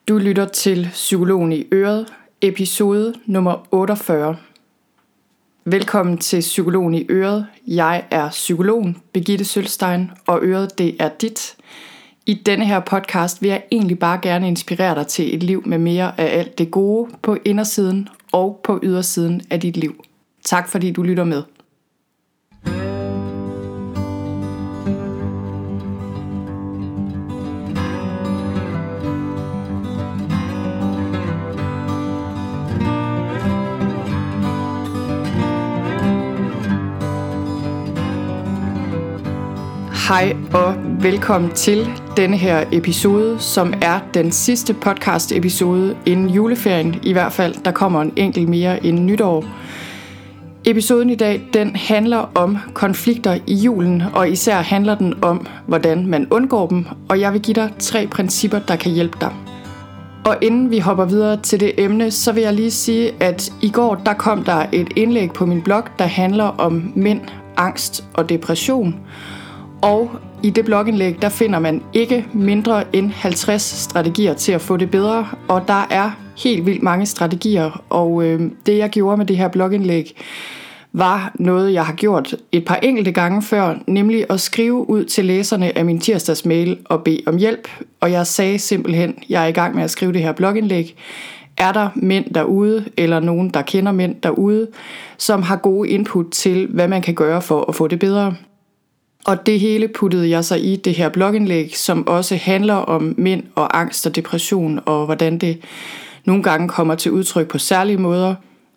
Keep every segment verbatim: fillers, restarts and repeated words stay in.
Du lytter til Psykologen i Øret, episode nummer otteogfyrre. Velkommen til Psykologen i Øret. Jeg er psykologen Birgitte Sølstein, og Øret det er dit. I denne her podcast vil jeg egentlig bare gerne inspirere dig til et liv med mere af alt det gode på indersiden og på ydersiden af dit liv. Tak fordi du lytter med. Hej og velkommen til denne her episode, som er den sidste podcast episode inden juleferien. I hvert fald, der kommer en enkelt mere inden nytår. Episoden i dag, den handler om konflikter i julen, og især handler den om, hvordan man undgår dem. Og jeg vil give dig tre principper, der kan hjælpe dig. Og inden vi hopper videre til det emne, så vil jeg lige sige, at i går der kom der et indlæg på min blog, der handler om mænd, angst og depression. Og i det blogindlæg, der finder man ikke mindre end halvtreds strategier til at få det bedre. Og der er helt vildt mange strategier, og øh, det jeg gjorde med det her blogindlæg, var noget, jeg har gjort et par enkelte gange før, nemlig at skrive ud til læserne af min tirsdagsmail og bede om hjælp. Og jeg sagde simpelthen, jeg er i gang med at skrive det her blogindlæg. Er der mænd derude, eller nogen, der kender mænd derude, som har gode input til, hvad man kan gøre for at få det bedre? Og det hele puttede jeg så i det her blogindlæg, som også handler om mænd og angst og depression, og hvordan det nogle gange kommer til udtryk på særlige måder,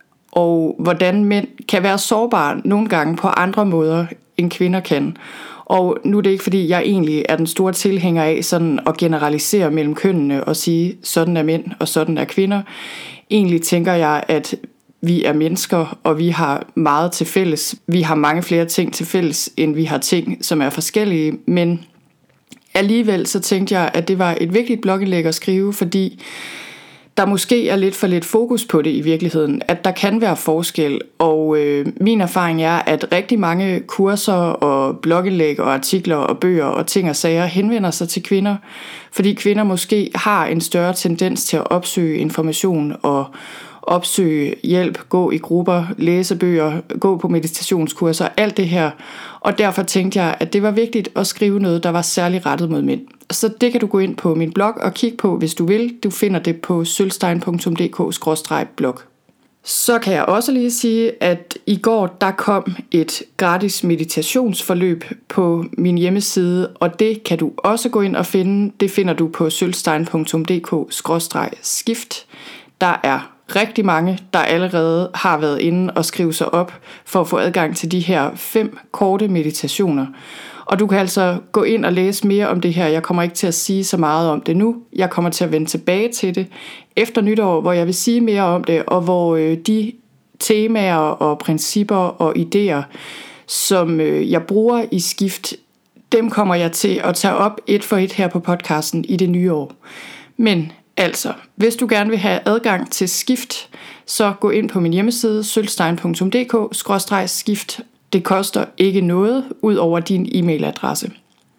og hvordan mænd kan være sårbare nogle gange på andre måder, end kvinder kan. Og nu er det ikke, fordi jeg egentlig er den store tilhænger af sådan at generalisere mellem kønnene og sige, sådan er mænd og sådan er kvinder. Egentlig tænker jeg, at vi er mennesker, og vi har meget til fælles. Vi har mange flere ting til fælles, end vi har ting, som er forskellige. Men alligevel så tænkte jeg, at det var et vigtigt blogindlæg at skrive, fordi der måske er lidt for lidt fokus på det i virkeligheden. At der kan være forskel, og øh, min erfaring er, at rigtig mange kurser og blogindlæg og artikler og bøger og ting og sager henvender sig til kvinder, fordi kvinder måske har en større tendens til at opsøge information og opsøge hjælp, gå i grupper, læse bøger, gå på meditationskurser, alt det her. Og derfor tænkte jeg, at det var vigtigt at skrive noget, der var særligt rettet mod mænd. Så det kan du gå ind på min blog og kigge på, hvis du vil. Du finder det på sølstein punktum d k skråstreg blog. Så kan jeg også lige sige, at i går der kom et gratis meditationsforløb på min hjemmeside, og det kan du også gå ind og finde. Det finder du på sølstein punktum d k skråstreg skift. Der er rigtig mange, der allerede har været inde og skrive sig op for at få adgang til de her fem korte meditationer. Og du kan altså gå ind og læse mere om det her. Jeg kommer ikke til at sige så meget om det nu. Jeg kommer til at vende tilbage til det efter nytår, hvor jeg vil sige mere om det, og hvor øh, de temaer og principper og idéer, som øh, jeg bruger i skift, dem kommer jeg til at tage op et for et her på podcasten i det nye år. Men altså, hvis du gerne vil have adgang til skift, så gå ind på min hjemmeside sølstein punktum d k skråstreg skift. Det koster ikke noget ud over din e-mailadresse.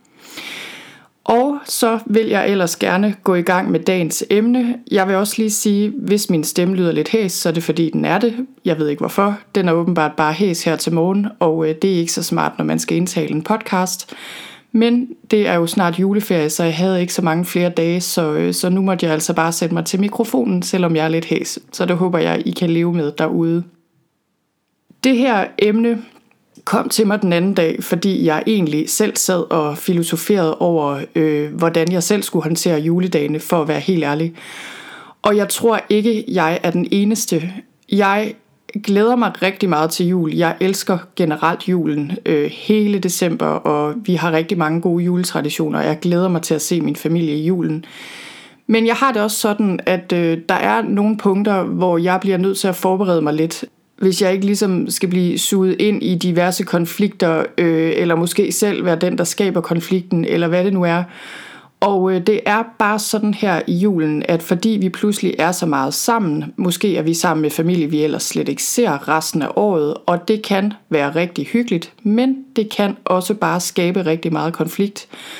Og så vil jeg ellers gerne gå i gang med dagens emne. Jeg vil også lige sige, hvis min stemme lyder lidt hæs, så er det fordi den er det. Jeg ved ikke hvorfor. Den er åbenbart bare hæs her til morgen, og det er ikke så smart, når man skal indtale en podcast. Men det er jo snart juleferie, så jeg havde ikke så mange flere dage, så, så nu måtte jeg altså bare sætte mig til mikrofonen, selvom jeg er lidt hæs. Så det håber jeg, I kan leve med derude. Det her emne kom til mig den anden dag, fordi jeg egentlig selv sad og filosoferede over, øh, hvordan jeg selv skulle håndtere juledagene, for at være helt ærlig. Og jeg tror ikke, jeg er den eneste. Jeg glæder mig rigtig meget til jul. Jeg elsker generelt julen øh, hele december, og vi har rigtig mange gode juletraditioner. Jeg glæder mig til at se min familie i julen. Men jeg har det også sådan, at øh, der er nogle punkter, hvor jeg bliver nødt til at forberede mig lidt. Hvis jeg ikke ligesom skal blive suget ind i diverse konflikter, øh, eller måske selv være den, der skaber konflikten, eller hvad det nu er. Og øh, det er bare sådan her i julen, at fordi vi pludselig er så meget sammen, måske er vi sammen med familie, vi ellers slet ikke ser resten af året, og det kan være rigtig hyggeligt, men det kan også bare skabe rigtig meget konflikt.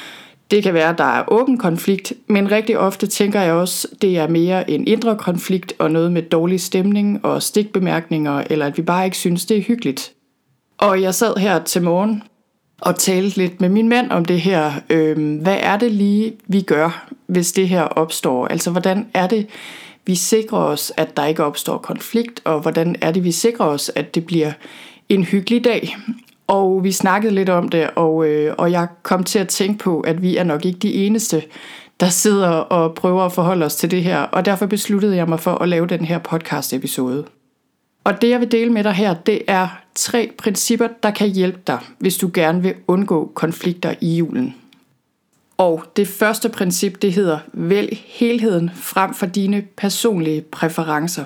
Det kan være, at der er åben konflikt, men rigtig ofte tænker jeg også, det er mere en indre konflikt og noget med dårlig stemning og stikbemærkninger, eller at vi bare ikke synes, det er hyggeligt. Og jeg sad her til morgen og talte lidt med min mand om det her. Øh, hvad er det lige, vi gør, hvis det her opstår? Altså, hvordan er det, vi sikrer os, at der ikke opstår konflikt, og hvordan er det, vi sikrer os, at det bliver en hyggelig dag? Og vi snakkede lidt om det, og, øh, og jeg kom til at tænke på, at vi er nok ikke de eneste, der sidder og prøver at forholde os til det her, og derfor besluttede jeg mig for at lave den her podcast-episode. Og det, jeg vil dele med dig her, det er tre principper, der kan hjælpe dig, hvis du gerne vil undgå konflikter i julen. Og det første princip, det hedder, vælg helheden frem for dine personlige præferencer.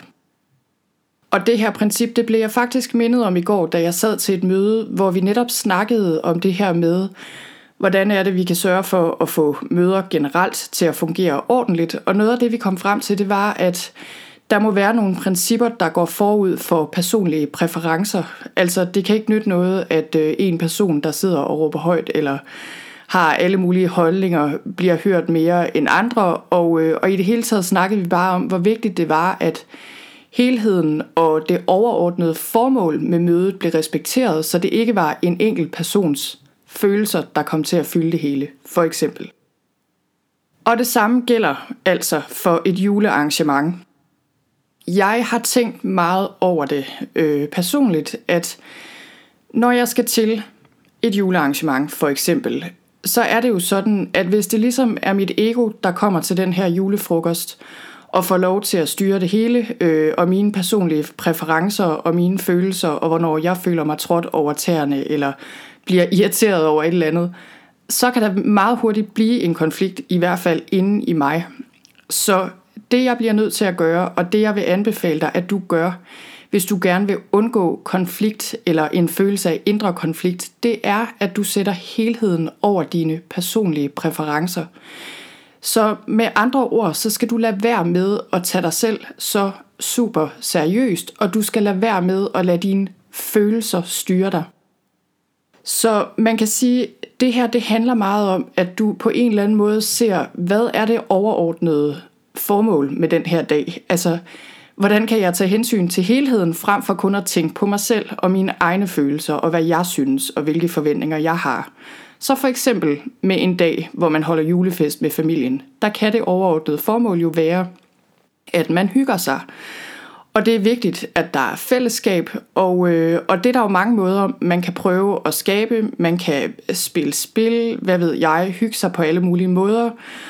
Og det her princip, det blev jeg faktisk mindet om i går, da jeg sad til et møde, hvor vi netop snakkede om det her med, hvordan er det, vi kan sørge for at få møder generelt til at fungere ordentligt. Og noget af det, vi kom frem til, det var, at der må være nogle principper, der går forud for personlige præferencer. Altså, det kan ikke nytte noget, at en person, der sidder og råber højt, eller har alle mulige holdninger, bliver hørt mere end andre. Og, og i det hele taget snakkede vi bare om, hvor vigtigt det var, at helheden og det overordnede formål med mødet blev respekteret, så det ikke var en enkelt persons følelser, der kom til at fylde det hele, for eksempel. Og det samme gælder altså for et julearrangement. Jeg har tænkt meget over det øh, personligt, at når jeg skal til et julearrangement, for eksempel, så er det jo sådan, at hvis det ligesom er mit ego, der kommer til den her julefrokost, og får lov til at styre det hele, øh, og mine personlige præferencer og mine følelser, og hvornår jeg føler mig trådt over tæerne, eller bliver irriteret over et eller andet, så kan der meget hurtigt blive en konflikt, i hvert fald inde i mig. Så det, jeg bliver nødt til at gøre, og det, jeg vil anbefale dig, at du gør, hvis du gerne vil undgå konflikt, eller en følelse af indre konflikt, det er, at du sætter helheden over dine personlige præferencer. Så med andre ord, så skal du lade være med at tage dig selv så super seriøst, og du skal lade være med at lade dine følelser styre dig. Så man kan sige, at det her det handler meget om, at du på en eller anden måde ser, hvad er det overordnede formål med den her dag? Altså, hvordan kan jeg tage hensyn til helheden, frem for kun at tænke på mig selv og mine egne følelser, og hvad jeg synes, og hvilke forventninger jeg har? Så for eksempel med en dag, hvor man holder julefest med familien, der kan det overordnede formål jo være, at man hygger sig. Og det er vigtigt, at der er fællesskab, og, øh, og det er der jo mange måder, man kan prøve at skabe. Man kan spille spil, hvad ved jeg, hygge sig på alle mulige måder.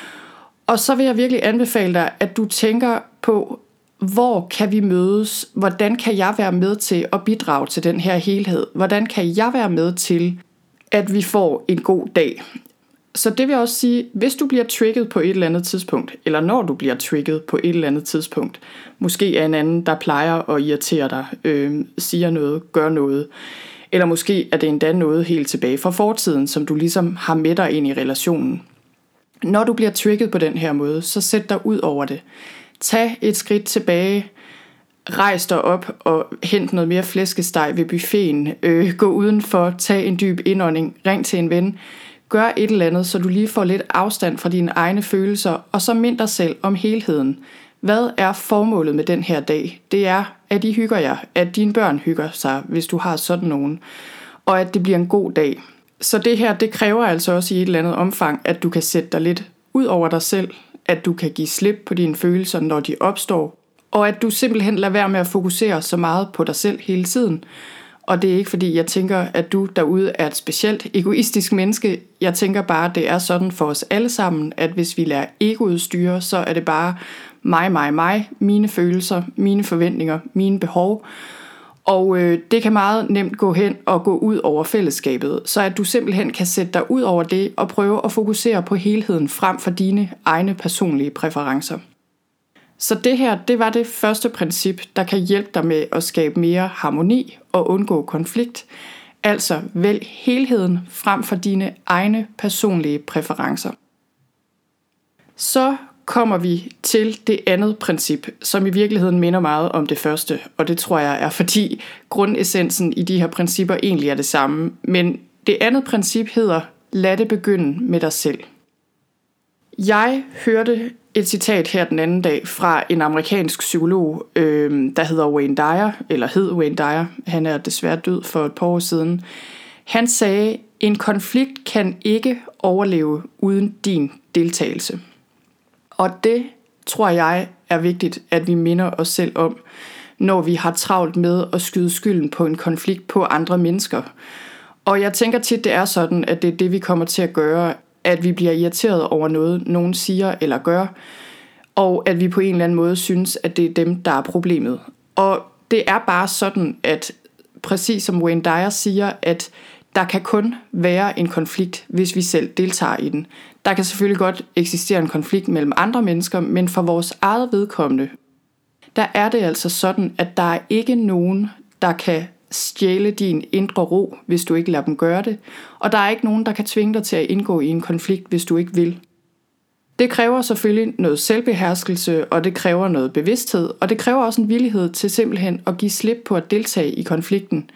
Og så vil jeg virkelig anbefale dig, at du tænker på, hvor kan vi mødes? Hvordan kan jeg være med til at bidrage til den her helhed? Hvordan kan jeg være med til, at vi får en god dag? Så det vil også sige, hvis du bliver trigget på et eller andet tidspunkt, eller når du bliver trigget på et eller andet tidspunkt, måske er en anden, der plejer at irritere dig, øh, siger noget, gør noget, eller måske er det endda noget helt tilbage fra fortiden, som du ligesom har med dig ind i relationen. Når du bliver trigget på den her måde, så sæt dig ud over det. Tag et skridt tilbage, rejs dig op og hent noget mere flæskesteg ved buffeten, øh, gå udenfor, tag en dyb indånding, ring til en ven, gør et eller andet, så du lige får lidt afstand fra dine egne følelser, og så mind dig selv om helheden. Hvad er formålet med den her dag? Det er, at I hygger jer, at dine børn hygger sig, hvis du har sådan nogen, og at det bliver en god dag. Så det her, det kræver altså også i et eller andet omfang, at du kan sætte dig lidt ud over dig selv, at du kan give slip på dine følelser, når de opstår, og at du simpelthen lader være med at fokusere så meget på dig selv hele tiden. Og det er ikke fordi, jeg tænker, at du derude er et specielt egoistisk menneske. Jeg tænker bare, at det er sådan for os alle sammen, at hvis vi lader egoet styre, så er det bare mig, mig, mig, mine følelser, mine forventninger, mine behov. Og øh, det kan meget nemt gå hen og gå ud over fællesskabet, så at du simpelthen kan sætte dig ud over det og prøve at fokusere på helheden frem for dine egne personlige præferencer. Så det her, det var det første princip, der kan hjælpe dig med at skabe mere harmoni og undgå konflikt. Altså vælg helheden frem for dine egne personlige præferencer. Så kommer vi til det andet princip, som i virkeligheden minder meget om det første, og det tror jeg er fordi grundessensen i de her principper egentlig er det samme. Men det andet princip hedder, lad det begynde med dig selv. Jeg hørte et citat her den anden dag fra en amerikansk psykolog, øh, der hedder Wayne Dyer, eller hed Wayne Dyer. Han er desværre død for et par år siden. Han sagde, en konflikt kan ikke overleve uden din deltagelse. Og det tror jeg er vigtigt, at vi minder os selv om, når vi har travlt med at skyde skylden på en konflikt på andre mennesker. Og jeg tænker tit, det er sådan, at det er det, vi kommer til at gøre, at vi bliver irriteret over noget, nogen siger eller gør, og at vi på en eller anden måde synes, at det er dem, der er problemet. Og det er bare sådan, at præcis som Wayne Dyer siger, at der kan kun være en konflikt, hvis vi selv deltager i den. Der kan selvfølgelig godt eksistere en konflikt mellem andre mennesker, men for vores eget vedkommende, der er det altså sådan, at der er ikke nogen, der kan stjæle din indre ro, hvis du ikke lader dem gøre det. Og der er ikke nogen, der kan tvinge dig til at indgå i en konflikt, hvis du ikke vil. Det kræver selvfølgelig noget selvbeherskelse, og det kræver noget bevidsthed, og det kræver også en villighed til simpelthen at give slip på at deltage i konflikten.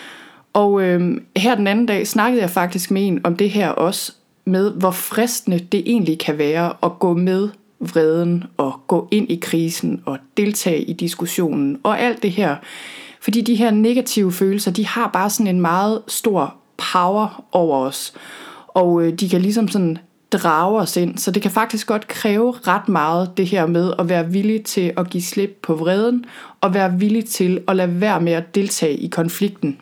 Og øh, her den anden dag snakkede jeg faktisk med en om det her også, med hvor fristende det egentlig kan være at gå med vreden og gå ind i krisen og deltage i diskussionen og alt det her. Fordi de her negative følelser, de har bare sådan en meget stor power over os, og øh, de kan ligesom sådan drage os ind, så det kan faktisk godt kræve ret meget det her med at være villig til at give slip på vreden og være villig til at lade være med at deltage i konflikten.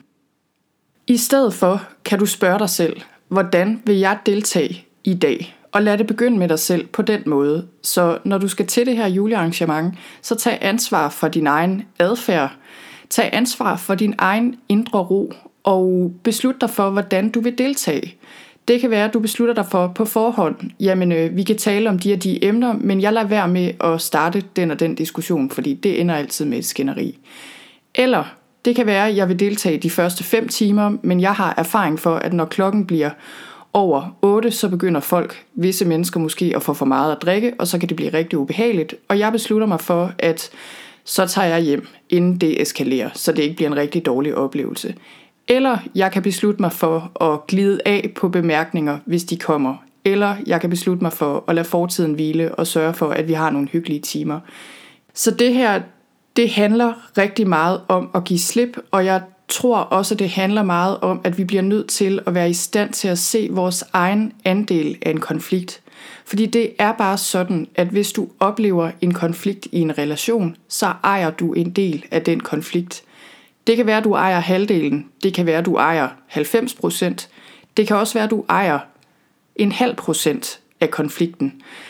I stedet for kan du spørge dig selv, hvordan vil jeg deltage i dag? Og lad det begynde med dig selv på den måde. Så når du skal til det her julearrangement, så tag ansvar for din egen adfærd. Tag ansvar for din egen indre ro og beslut dig for, hvordan du vil deltage. Det kan være, at du beslutter dig for på forhånd, jamen øh, vi kan tale om de og de emner, men jeg lader være med at starte den og den diskussion, fordi det ender altid med et skænderi. Eller det kan være, at jeg vil deltage de første fem timer, men jeg har erfaring for, at når klokken bliver over otte, så begynder folk, visse mennesker måske, at få for meget at drikke, og så kan det blive rigtig ubehageligt. Og jeg beslutter mig for, at så tager jeg hjem, inden det eskalerer, så det ikke bliver en rigtig dårlig oplevelse. Eller jeg kan beslutte mig for at glide af på bemærkninger, hvis de kommer. Eller jeg kan beslutte mig for at lade fortiden hvile og sørge for, at vi har nogle hyggelige timer. Så det her, det handler rigtig meget om at give slip, og jeg tror også, det handler meget om, at vi bliver nødt til at være i stand til at se vores egen andel af en konflikt. Fordi det er bare sådan, at hvis du oplever en konflikt i en relation, så ejer du en del af den konflikt. Det kan være, at du ejer halvdelen. Det kan være, at du ejer halvfems procent. Det kan også være, at du ejer en halv procent af konflikten.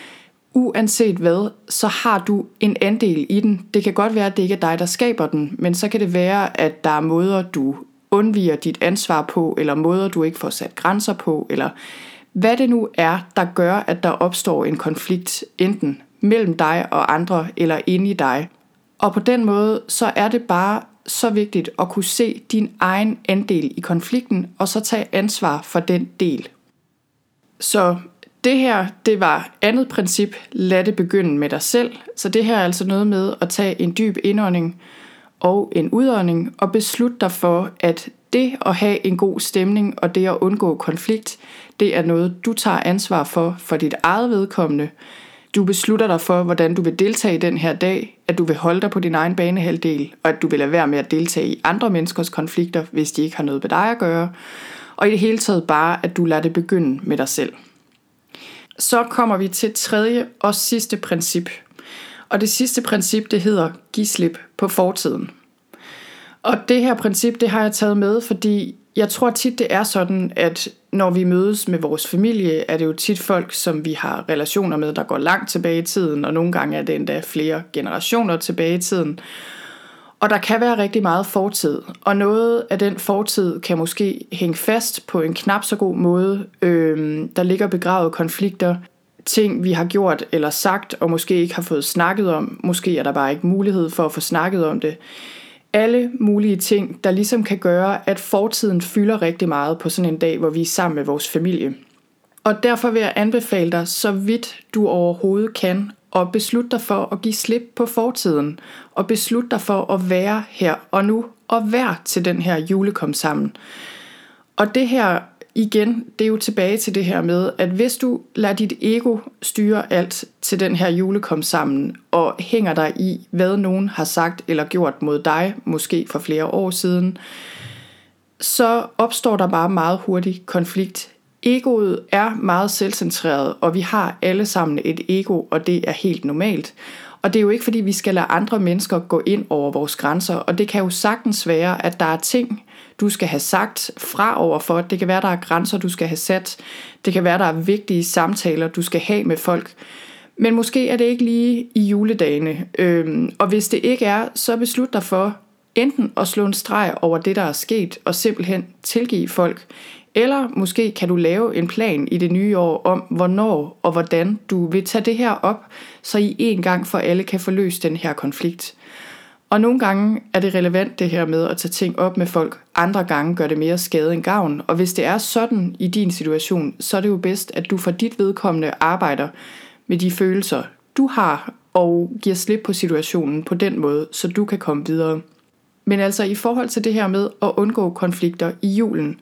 Uanset hvad, så har du en andel i den. Det kan godt være, at det ikke er dig, der skaber den, men så kan det være, at der er måder, du undviger dit ansvar på, eller måder, du ikke får sat grænser på, eller hvad det nu er, der gør, at der opstår en konflikt, enten mellem dig og andre, eller inde i dig. Og på den måde, så er det bare så vigtigt at kunne se din egen andel i konflikten, og så tage ansvar for den del. Så det her, det var andet princip, lad det begynde med dig selv. Så det her er altså noget med at tage en dyb indånding og en udånding, og beslutte dig for, at det at have en god stemning, og det at undgå konflikt, det er noget, du tager ansvar for, for dit eget vedkommende. Du beslutter dig for, hvordan du vil deltage i den her dag, at du vil holde dig på din egen banehalvdel, og at du vil lade være med at deltage i andre menneskers konflikter, hvis de ikke har noget med dig at gøre. Og i det hele taget bare, at du lader det begynde med dig selv. Så kommer vi til tredje og sidste princip. Og det sidste princip, det hedder giv slip på fortiden. Og det her princip, det har jeg taget med, fordi jeg tror tit, det er sådan, at når vi mødes med vores familie, er det jo tit folk, som vi har relationer med, der går langt tilbage i tiden, og nogle gange er det endda flere generationer tilbage i tiden. Og der kan være rigtig meget fortid, og noget af den fortid kan måske hænge fast på en knap så god måde. Øhm, der ligger begravet konflikter, ting vi har gjort eller sagt, og måske ikke har fået snakket om. Måske er der bare ikke mulighed for at få snakket om det. Alle mulige ting, der ligesom kan gøre, at fortiden fylder rigtig meget på sådan en dag, hvor vi er sammen med vores familie. Og derfor vil jeg anbefale dig, så vidt du overhovedet kan, og beslut dig for at give slip på fortiden, og beslut dig for at være her og nu, og være til den her julekom sammen. Og det her, igen, det er jo tilbage til det her med, at hvis du lader dit ego styre alt til den her julekom sammen, og hænger dig i, hvad nogen har sagt eller gjort mod dig, måske for flere år siden, så opstår der bare meget hurtigt konflikt. Egoet er meget selvcentreret, og vi har alle sammen et ego, og det er helt normalt. Og det er jo ikke fordi, vi skal lade andre mennesker gå ind over vores grænser, og det kan jo sagtens være, at der er ting, du skal have sagt fra overfor. Det kan være, der er grænser, du skal have sat. Det kan være, der er vigtige samtaler, du skal have med folk. Men måske er det ikke lige i juledagene. Øhm, og hvis det ikke er, så beslut dig for enten at slå en streg over det, der er sket, og simpelthen tilgive folk. Eller måske kan du lave en plan i det nye år om, hvornår og hvordan du vil tage det her op, så I en gang for alle kan få løst den her konflikt. Og nogle gange er det relevant det her med at tage ting op med folk, andre gange gør det mere skade end gavn. Og hvis det er sådan i din situation, så er det jo bedst, at du for dit vedkommende arbejder med de følelser, du har, og giver slip på situationen på den måde, så du kan komme videre. Men altså i forhold til det her med at undgå konflikter i julen,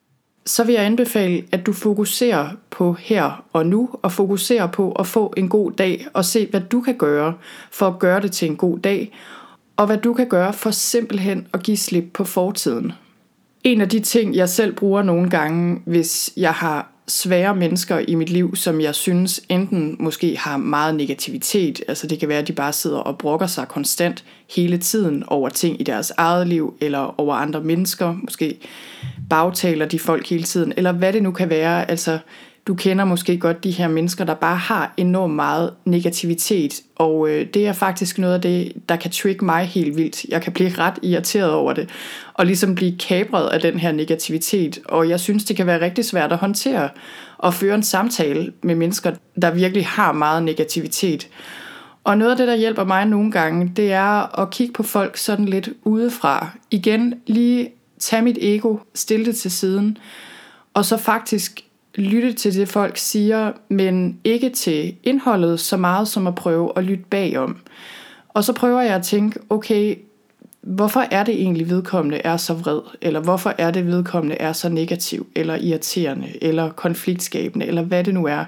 så vil jeg anbefale, at du fokuserer på her og nu, og fokuserer på at få en god dag, og se, hvad du kan gøre for at gøre det til en god dag, og hvad du kan gøre for simpelthen at give slip på fortiden. En af de ting, jeg selv bruger nogle gange, hvis jeg har svære mennesker i mit liv, som jeg synes enten måske har meget negativitet, altså det kan være, at de bare sidder og brokker sig konstant hele tiden over ting i deres eget liv, eller over andre mennesker, måske bagtaler de folk hele tiden, eller hvad det nu kan være. Altså du kender måske godt de her mennesker, der bare har enormt meget negativitet, og øh, det er faktisk noget af det, der kan trigge mig helt vildt. Jeg kan blive ret irriteret over det, og ligesom blive kapret af den her negativitet, og jeg synes, det kan være rigtig svært at håndtere og føre en samtale med mennesker, der virkelig har meget negativitet. Og noget af det, der hjælper mig nogle gange, det er at kigge på folk sådan lidt udefra. Igen, lige tage mit ego, stille det til siden, og så faktisk lytte til det, folk siger, men ikke til indholdet så meget som at prøve at lytte bagom. Og så prøver jeg at tænke, okay, hvorfor er det egentlig vedkommende er så vred? Eller hvorfor er det vedkommende er så negativ, eller irriterende, eller konfliktskabende, eller hvad det nu er?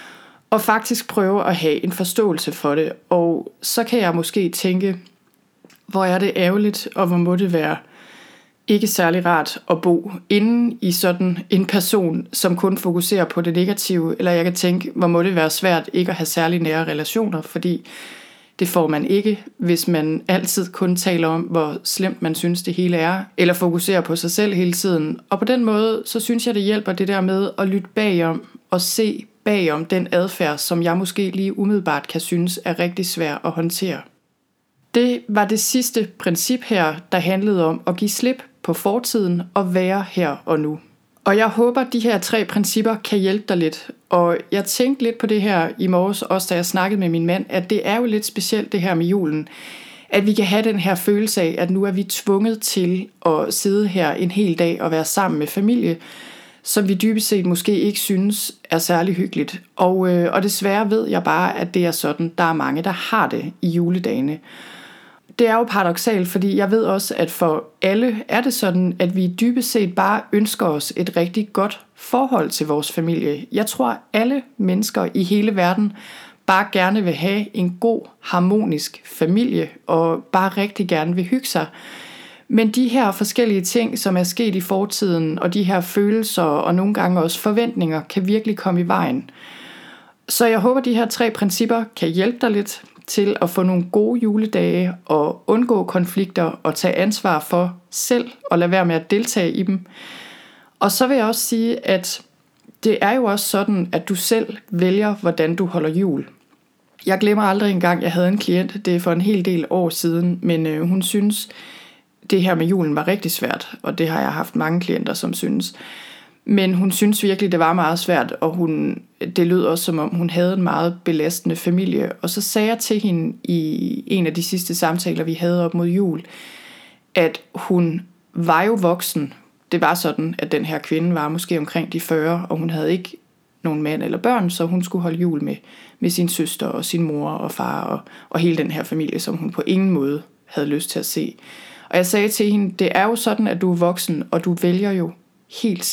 Og faktisk prøve at have en forståelse for det. Og så kan jeg måske tænke, hvor er det ærgerligt, og hvor må det være ikke særlig rart at bo inde i sådan en person, som kun fokuserer på det negative. Eller jeg kan tænke, hvor må det være svært ikke at have særlig nære relationer, fordi det får man ikke, hvis man altid kun taler om, hvor slemt man synes det hele er, eller fokuserer på sig selv hele tiden. Og på den måde, så synes jeg, det hjælper det der med at lytte bagom og se bagom den adfærd, som jeg måske lige umiddelbart kan synes er rigtig svær at håndtere. Det var det sidste princip her, der handlede om at give slip på fortiden og være her og nu. Og jeg håber, de her tre principper kan hjælpe dig lidt. Og jeg tænkte lidt på det her i morges, også da jeg snakkede med min mand, at det er jo lidt specielt det her med julen. At vi kan have den her følelse af, at nu er vi tvunget til at sidde her en hel dag og være sammen med familie, som vi dybest set måske ikke synes er særlig hyggeligt. Og, øh, og desværre ved jeg bare, at det er sådan, der er mange, der har det i juledagene. Det er jo paradoksalt, fordi jeg ved også, at for alle er det sådan, at vi dybest set bare ønsker os et rigtig godt forhold til vores familie. Jeg tror, at alle mennesker i hele verden bare gerne vil have en god, harmonisk familie, og bare rigtig gerne vil hygge sig. Men de her forskellige ting, som er sket i fortiden, og de her følelser og nogle gange også forventninger, kan virkelig komme i vejen. Så jeg håber, at de her tre principper kan hjælpe dig lidt til at få nogle gode juledage og undgå konflikter og tage ansvar for selv og lade være med at deltage i dem. Og så vil jeg også sige, at det er jo også sådan, at du selv vælger, hvordan du holder jul. Jeg glemmer aldrig engang, jeg havde en klient, det er for en hel del år siden, men øh, hun synes, det her med julen var rigtig svært, og det har jeg haft mange klienter, som synes. Men hun synes virkelig, det var meget svært, og hun, det lød også, som om hun havde en meget belastende familie. Og så sagde jeg til hende i en af de sidste samtaler, vi havde op mod jul, at hun var jo voksen. Det var sådan, at den her kvinde var måske omkring de fyrre, og hun havde ikke nogen mand eller børn, så hun skulle holde jul med, med sin søster og sin mor og far og, og hele den her familie, som hun på ingen måde havde lyst til at se. Og jeg sagde til hende, det er jo sådan, at du er voksen, og du vælger jo helt selv,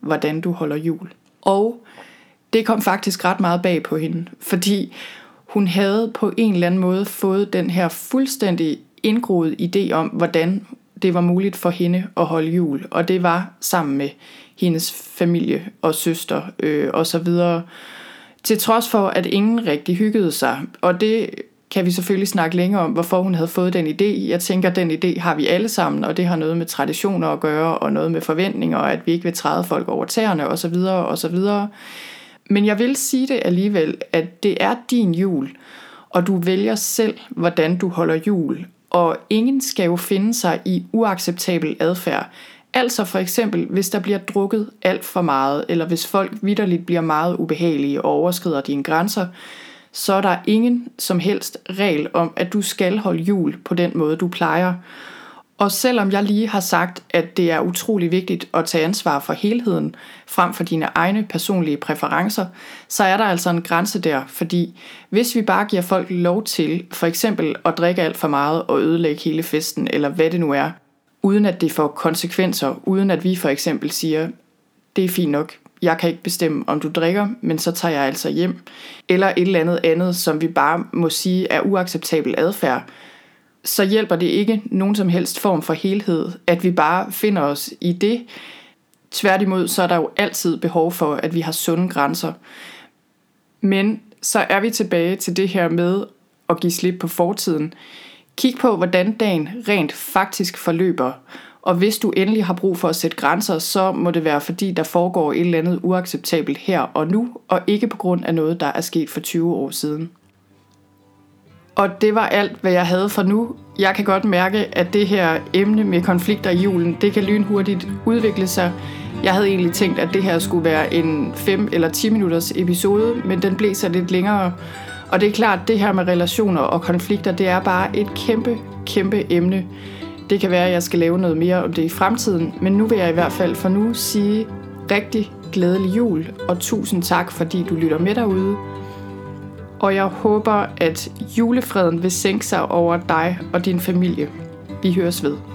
hvordan du holder jul. Og det kom faktisk ret meget bag på hende, fordi hun havde på en eller anden måde fået den her fuldstændig indgroede idé om, hvordan det var muligt for hende at holde jul. Og det var sammen med hendes familie og søster øh, og så videre. Til trods for, at ingen rigtig hyggede sig. Og det kan vi selvfølgelig snakke længere om, hvorfor hun havde fået den idé. Jeg tænker, at den idé har vi alle sammen, og det har noget med traditioner at gøre, og noget med forventninger, og at vi ikke vil træde folk over tæerne og så videre og så videre. Men jeg vil sige det alligevel, at det er din jul, og du vælger selv, hvordan du holder jul. Og ingen skal jo finde sig i uacceptabel adfærd. Altså for eksempel, hvis der bliver drukket alt for meget, eller hvis folk vitterligt bliver meget ubehagelige og overskrider dine grænser, så er der ingen som helst regel om, at du skal holde jul på den måde, du plejer. Og selvom jeg lige har sagt, at det er utrolig vigtigt at tage ansvar for helheden, frem for dine egne personlige præferencer, så er der altså en grænse der, fordi hvis vi bare giver folk lov til, for eksempel at drikke alt for meget og ødelægge hele festen, eller hvad det nu er, uden at det får konsekvenser, uden at vi for eksempel siger, det er fint nok, jeg kan ikke bestemme, om du drikker, men så tager jeg altså hjem, eller et eller andet andet, som vi bare må sige er uacceptabel adfærd, så hjælper det ikke nogen som helst form for helhed, at vi bare finder os i det. Tværtimod, så er der jo altid behov for, at vi har sunde grænser. Men så er vi tilbage til det her med at give slip på fortiden. Kig på, hvordan dagen rent faktisk forløber. Og hvis du endelig har brug for at sætte grænser, så må det være, fordi der foregår et eller andet uacceptabelt her og nu, og ikke på grund af noget, der er sket for tyve år siden. Og det var alt, hvad jeg havde for nu. Jeg kan godt mærke, at det her emne med konflikter i julen, det kan lynhurtigt udvikle sig. Jeg havde egentlig tænkt, at det her skulle være en fem eller ti minutters episode, men den blev så lidt længere. Og det er klart, at det her med relationer og konflikter, det er bare et kæmpe, kæmpe emne. Det kan være, at jeg skal lave noget mere om det i fremtiden, men nu vil jeg i hvert fald for nu sige rigtig glædelig jul, og tusind tak, fordi du lytter med derude. Og jeg håber, at julefreden vil sænke sig over dig og din familie. Vi høres ved.